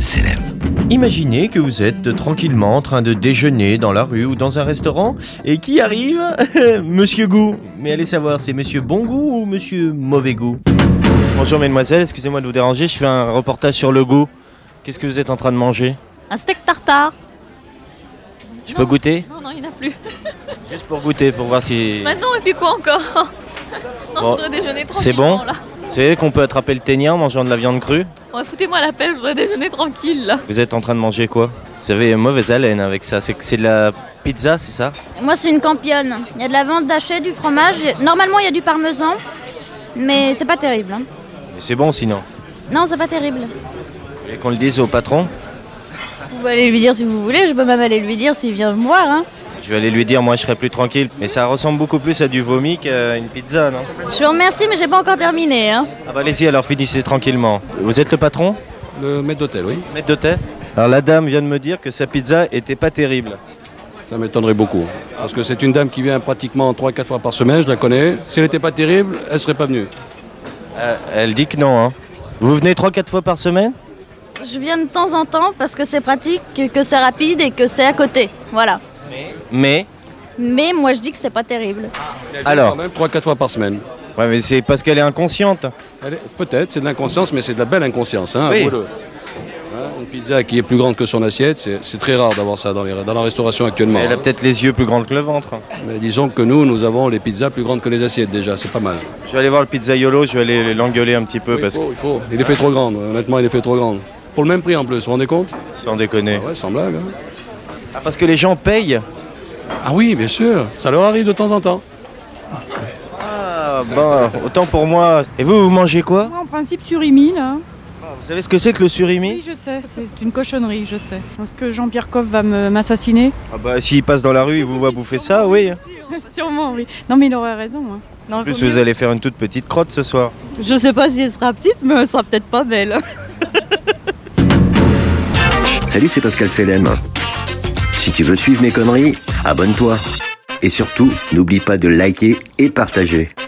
Selem. Imaginez que vous êtes tranquillement en train de déjeuner dans la rue ou dans un restaurant et qui arrive Monsieur Goût. Mais allez savoir, c'est Monsieur Bon Goût ou Monsieur Mauvais Goût? Bonjour mesdemoiselles, excusez-moi de vous déranger, je fais un reportage sur le goût. Qu'est-ce que vous êtes en train de manger? Un steak tartare. Je peux goûter? Non, il n'y en a plus. Juste pour goûter, pour voir si... Maintenant, et puis quoi encore? Non, Bon, je voudrais déjeuner tranquillement. c'est bon? Là. Vous savez qu'on peut attraper le ténia en mangeant de la viande crue? Ouais, foutez-moi la paix, je voudrais déjeuner tranquille là. Vous êtes en train de manger quoi? Vous avez mauvaise haleine avec ça, c'est de la pizza, c'est ça? Moi, c'est une campionne. Il y a de la viande hachée, du fromage. Normalement, il y a du parmesan, mais c'est pas terrible. Hein. Mais c'est bon sinon. Non, c'est pas terrible. Vous voulez qu'on le dise au patron? Vous pouvez aller lui dire si vous voulez. Je peux même aller lui dire s'il vient me voir. Hein. Je vais aller lui dire, moi je serai plus tranquille. Mais ça ressemble beaucoup plus à du vomi qu'à une pizza, non? Je vous remercie, mais j'ai pas encore terminé. Hein. Ah bah allez-y, alors finissez tranquillement. Vous êtes le patron? Le maître d'hôtel, oui. Maître d'hôtel? Alors la dame vient de me dire que sa pizza était pas terrible. Ça m'étonnerait beaucoup. Parce que c'est une dame qui vient pratiquement 3-4 fois par semaine, je la connais. Si elle n'était pas terrible, elle serait pas venue. Elle dit que non, hein. Vous venez 3-4 fois par semaine? Je viens de temps en temps parce que c'est pratique, que c'est rapide et que c'est à côté. Voilà. Mais moi, je dis que c'est pas terrible. alors, Même 3-4 fois par semaine. ouais, mais c'est parce qu'elle est inconsciente. Peut-être, c'est de l'inconscience, mais c'est de la belle inconscience. Hein, Oui. avouez-le. Hein, une pizza qui est plus grande que son assiette, c'est très rare d'avoir ça dans la restauration actuellement. Elle a hein. peut-être les yeux plus grands que le ventre. Mais disons que nous avons les pizzas plus grandes que les assiettes déjà, c'est pas mal. Je vais aller voir le pizzaiolo, je vais aller l'engueuler un petit peu parce Il faut. Il est fait trop grande, honnêtement, il est fait trop grande. Pour le même prix en plus, vous vous rendez compte? sans déconner. Ah ouais, sans blague. Hein. Ah, parce que les gens payent. Ah oui, bien sûr, ça leur arrive de temps en temps. Ah bon, autant pour moi. Et vous mangez quoi? Moi, en principe, surimi, là. Vous savez ce que c'est que le surimi? Oui, je sais, c'est une cochonnerie, je sais. Est-ce que Jean-Pierre Coff va m'assassiner? Ah bah s'il passe dans la rue, il vous voit bouffer ça, oui. Sûrement, oui. Non, mais il aurait raison. Hein. Non, En plus, vous allez faire une toute petite crotte ce soir. Je sais pas si elle sera petite, mais elle sera peut-être pas belle. Salut, c'est Pascal Selem. Si tu veux suivre mes conneries, abonne-toi. Et surtout, n'oublie pas de liker et partager.